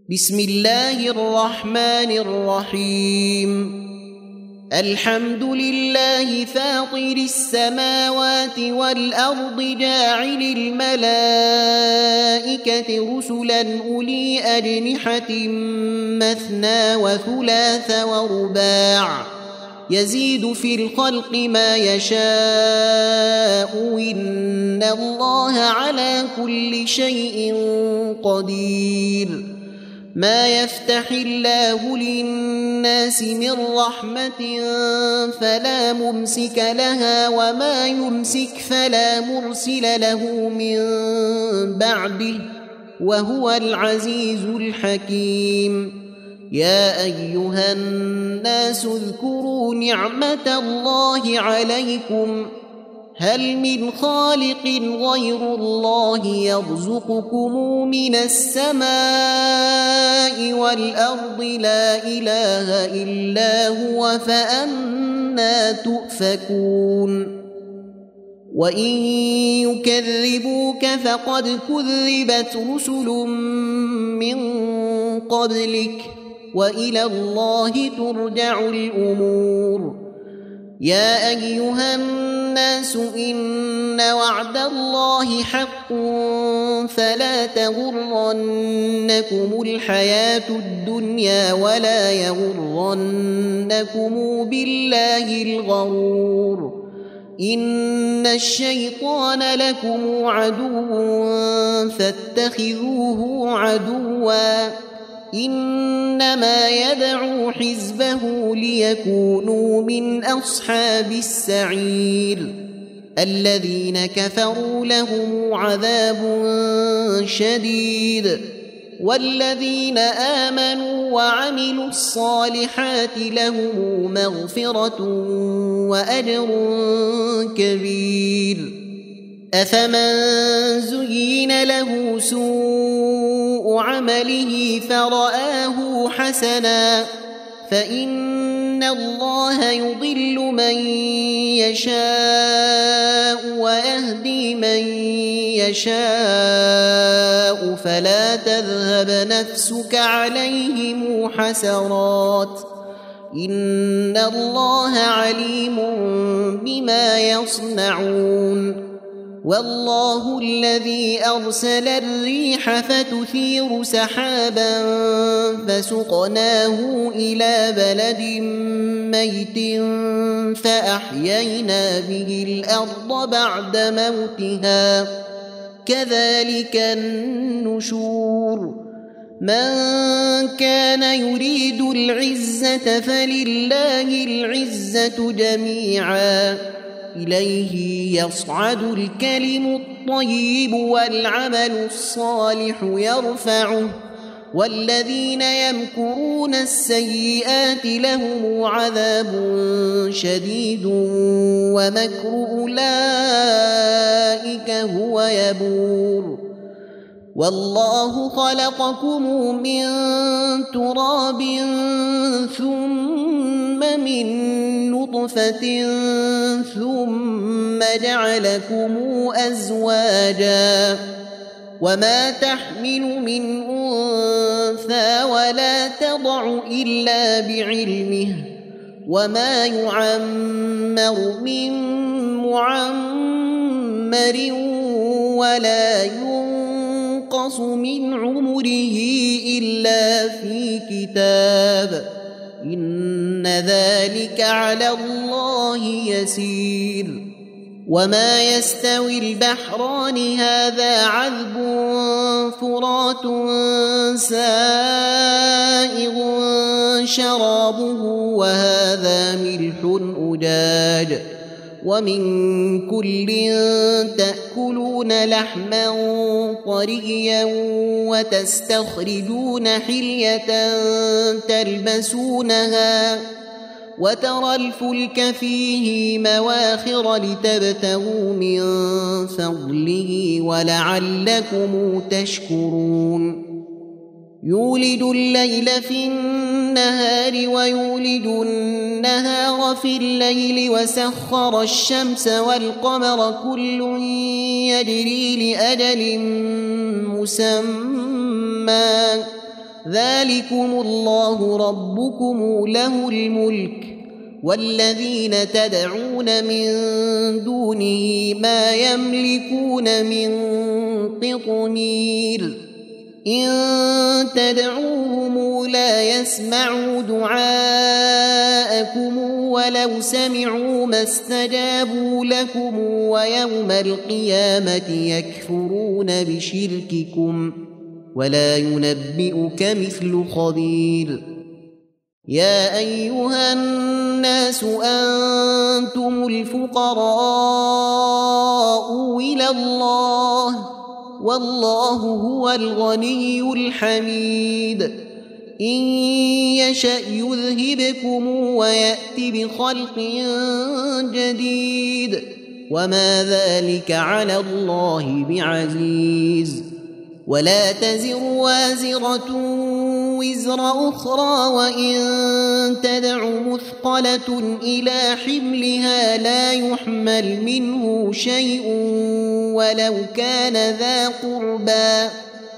بسم الله الرحمن الرحيم الحمد لله فاطر السماوات والأرض جاعل الملائكة رسلا أولي أجنحة مثنى وثلاث ورباع يزيد في الخلق ما يشاء إن الله على كل شيء قدير ما يفتح الله للناس من رحمة فلا ممسك لها وما يمسك فلا مرسل له من بعده وهو العزيز الحكيم يا أيها الناس اذكروا نعمة الله عليكم هل من خالق غير الله يرزقكم من السماء والأرض لا إله إلا هو فأنى تؤفكون وإن يكذبوك فقد كذبت رسل من قبلك وإلى الله ترجع الأمور يا أيها الناس إن وعد الله حق فلا تغرنكم الحياة الدنيا ولا يغرنكم بالله الغرور إن الشيطان لكم عدو فاتخذوه عدوا إنما يدعو حزبه ليكونوا من أصحاب السعير الذين كفروا لهم عذاب شديد والذين آمنوا وعملوا الصالحات لهم مغفرة وأجر كبير أفمن زين له سوء عمله فرآه حسنا فإن الله يضل من يشاء ويهدي من يشاء فلا تذهب نفسك عليهم حسرات إن الله عليم بما يصنعون والله الذي أرسل الريح فتثير سحابا فسقناه إلى بلد ميت فأحيينا به الأرض بعد موتها كذلك النشور من كان يريد العزة فلله العزة جميعا إليه يصعد الكلم الطيب والعمل الصالح يرفعه والذين يمكرون السيئات لهم عذاب شديد ومكر أولئك هو يبور والله خلقكم من تراب ثم من نطفة ثم جعلكم أزواجا وما تحمل من أنثى ولا تضع إلا بعلمه وما يعمر من معمر ولا ينقص من عمره إلا في كتاب إن ذلك على الله يسير وما يستوي البحران هذا عذب فرات سائغ شرابه وهذا ملح أجاج ومن كل تأكلون لحما طريا وتستخرجون حلية تلبسونها وترى الفلك فيه مواخر لتبتغوا من فضله ولعلكم تشكرون يولد الليل في النهار ويولد النهار في الليل وسخر الشمس والقمر كل يجري لأجل مسمى ذلكم الله ربكم له الملك والذين تدعون من دونه ما يملكون من قطمير إن تدعوهم لا يسمعوا دعاءكم ولو سمعوا ما استجابوا لكم ويوم القيامة يكفرون بشرككم ولا ينبئك مثل خبير يا أيها الناس أنتم الفقراء إلى الله والله هو الغني الحميد إن يشأ يذهبكم ويأت بخلق جديد وما ذلك على الله بعزيز ولا تزر وازرة وزر أخرى وإن تدع مثقلة إلى حملها لا يحمل منه شيء ولو كان ذا قربى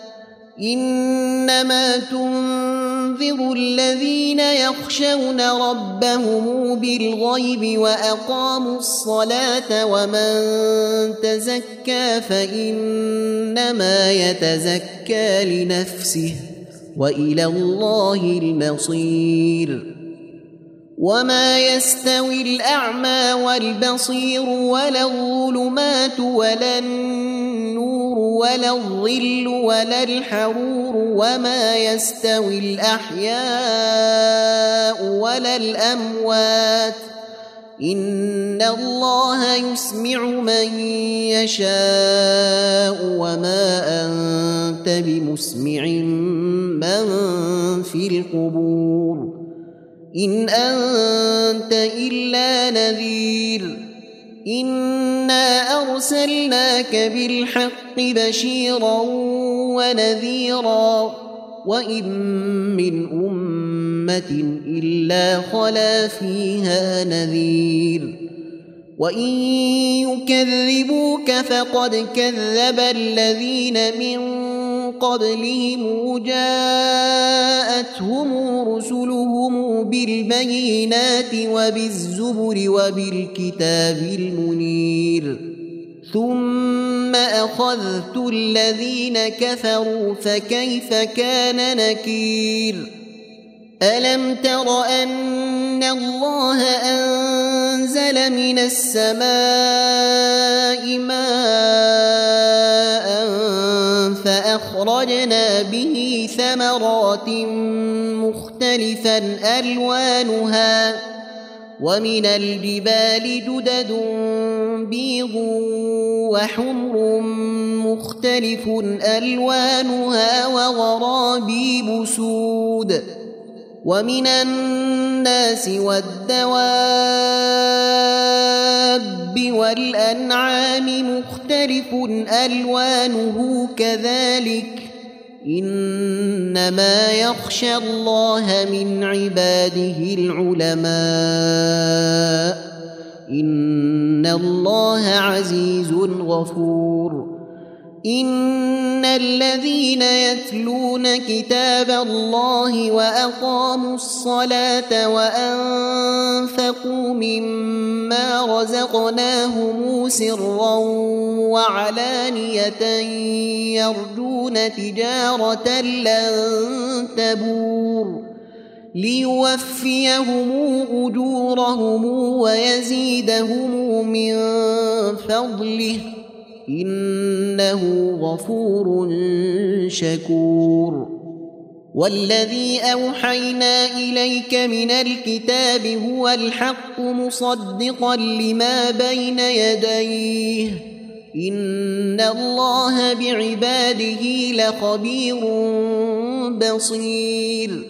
إنما تنذر الذين يخشون ربهم بالغيب وأقاموا الصلاة ومن تزكى فإنما يتزكى لنفسه وإلى الله المصير وما يستوي الأعمى والبصير ولا الظلمات ولا النور ولا الظل ولا الحرور وما يستوي الأحياء ولا الأموات إن الله يسمع من يشاء وما أنت بمسمع من في القبور إن أنت إلا نذير إنا أرسلناك بالحق بشيرا ونذيرا وإن من أمة إلا خلا فيها نذير وإن يكذبوك فقد كذب الذين من قبلهم جاءتهم رسلهم بالبينات وبالزبر وبالكتاب المنير ثم أخذت الذين كفروا فكيف كان نكير ألم تر أن الله أنزل من السماء ماء فأخرجنا به ثمرات مختلفا ألوانها ومن الجبال جدد بيض وحمر مختلف ألوانها وغرابيب سود ومن الناس والدواب والأنعام مختلف ألوانه كذلك إنما يخشى الله من عباده العلماء إن الله عزيز غفور إن الذين يتلون كتاب الله وأقاموا الصلاة وأنفقوا مما رزقناهم سرا وعلانية يرجون تجارة لن تبور ليوفيهم أجورهم ويزيدهم من فضله إنه غفور شكور والذي أوحينا إليك من الكتاب هو الحق مصدقا لما بين يديه إن الله بعباده لخبير بصير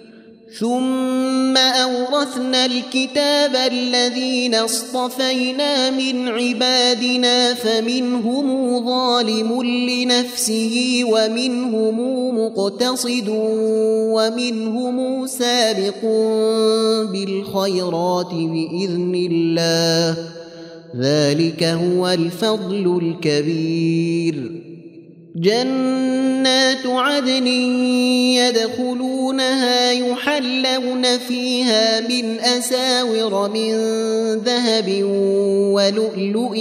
ثم أورثنا الكتاب الذين اصطفينا من عبادنا فمنهم ظالم لنفسه ومنهم مقتصد ومنهم سابق بالخيرات بإذن الله ذلك هو الفضل الكبير جنات عدن يدخلونها يحلون فيها من أساور من ذهب ولؤلؤ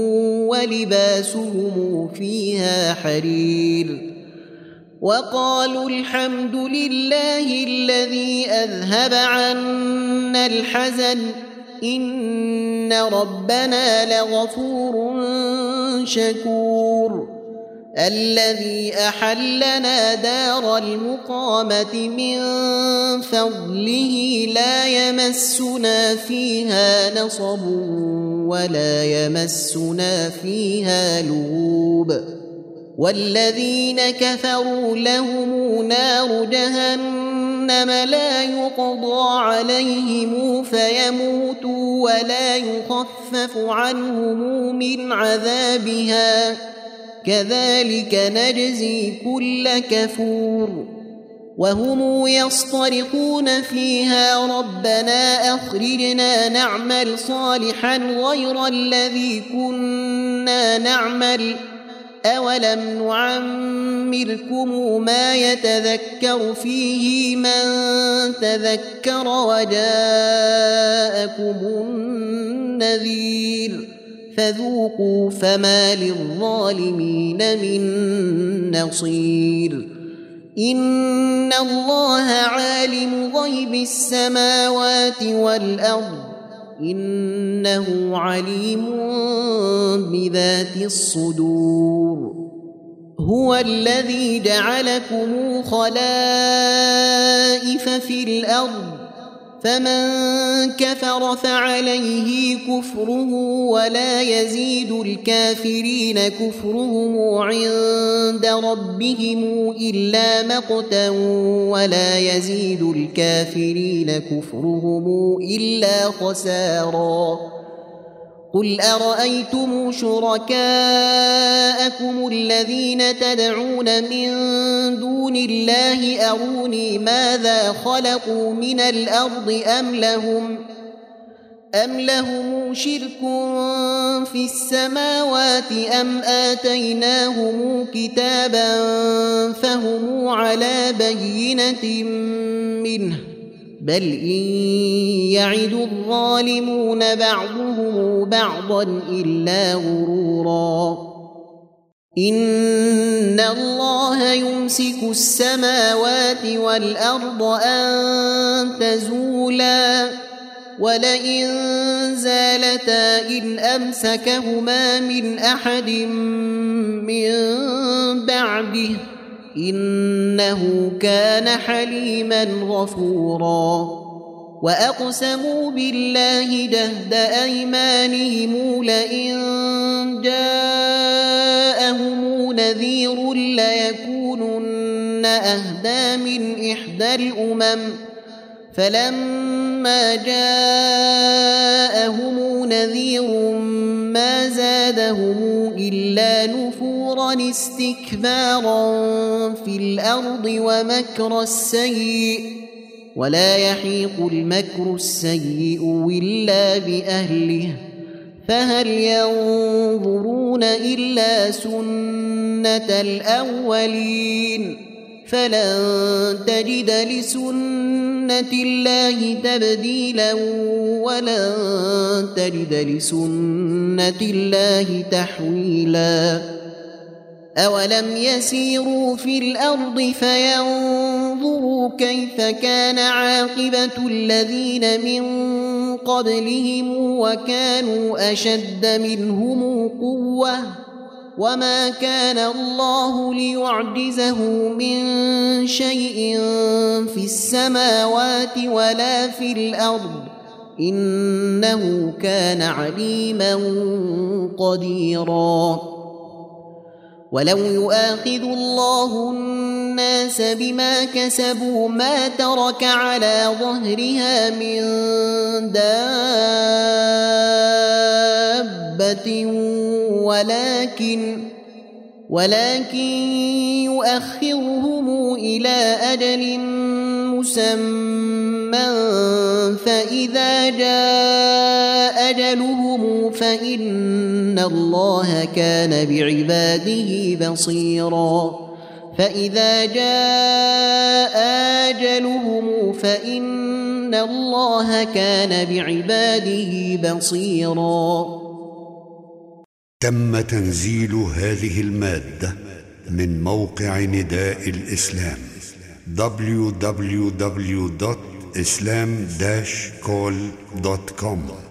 ولباسهم فيها حرير وقالوا الحمد لله الذي أذهب عنا الحزن إن ربنا لغفور شكور الذي أحلنا دار المقامة من فضله لا يمسنا فيها نصب ولا يمسنا فيها لغوب والذين كفروا لهم نار جهنم لا يقضى عليهم فيموتوا ولا يخفف عنهم من عذابها كذلك نجزي كل كفور وهم يصطرخون فيها ربنا أخرجنا نعمل صالحا غير الذي كنا نعمل أولم نعمركم ما يتذكر فيه من تذكر وجاءكم النذير فذوقوا فما للظالمين من نصير إن الله عالم غيب السماوات والأرض إنه عليم بذات الصدور هو الذي جعلكم خلائف في الأرض فمن كفر فعليه كفره ولا يزيد الكافرين كفرهم عند ربهم إلا مقتا ولا يزيد الكافرين كفرهم إلا خسارا قل أرأيتم شركاءكم الذين تدعون من دون الله أروني ماذا خلقوا من الأرض أم لهم شرك في السماوات أم آتيناهم كتابا فهم على بينة منه بل إن يعد الظالمون بعضهم بعضا إلا غرورا إن الله يمسك السماوات والأرض أن تزولا ولئن زالتا إن أمسكهما من أحد من بعده إنه كان حليما غفورا وأقسموا بالله جهد أيمانهم لئن جاءهم نذير ليكونن أهدى من إحدى الأمم فلما جاءهم نذير ما زادهم إلا نفورا استكبارا في الأرض ومكر السيء ولا يحيق المكر السيء إلا بأهله فهل ينظرون إلا سنة الأولين فلن تجد لسنة الله تبديلا ولن تجد لسنة الله تحويلا أولم يسيروا في الأرض فينظروا كيف كان عاقبة الذين من قبلهم وكانوا أشد منهم قوة وما كان الله ليعجزه من شيء في السماوات ولا في الأرض إنه كان عليما قديرا ولو يؤاخذ الله الناس بما كسبوا ما ترك على ظهرها من دابة ولكن يؤخرهم إلى أجل مسمى فإذا جاء أجلهم فإن الله كان بعباده بصيرا فإذا جاء أجلهم فإن الله كان بعباده بصيرا. تم تنزيل هذه المادة من موقع نداء الإسلام www.islam-call.com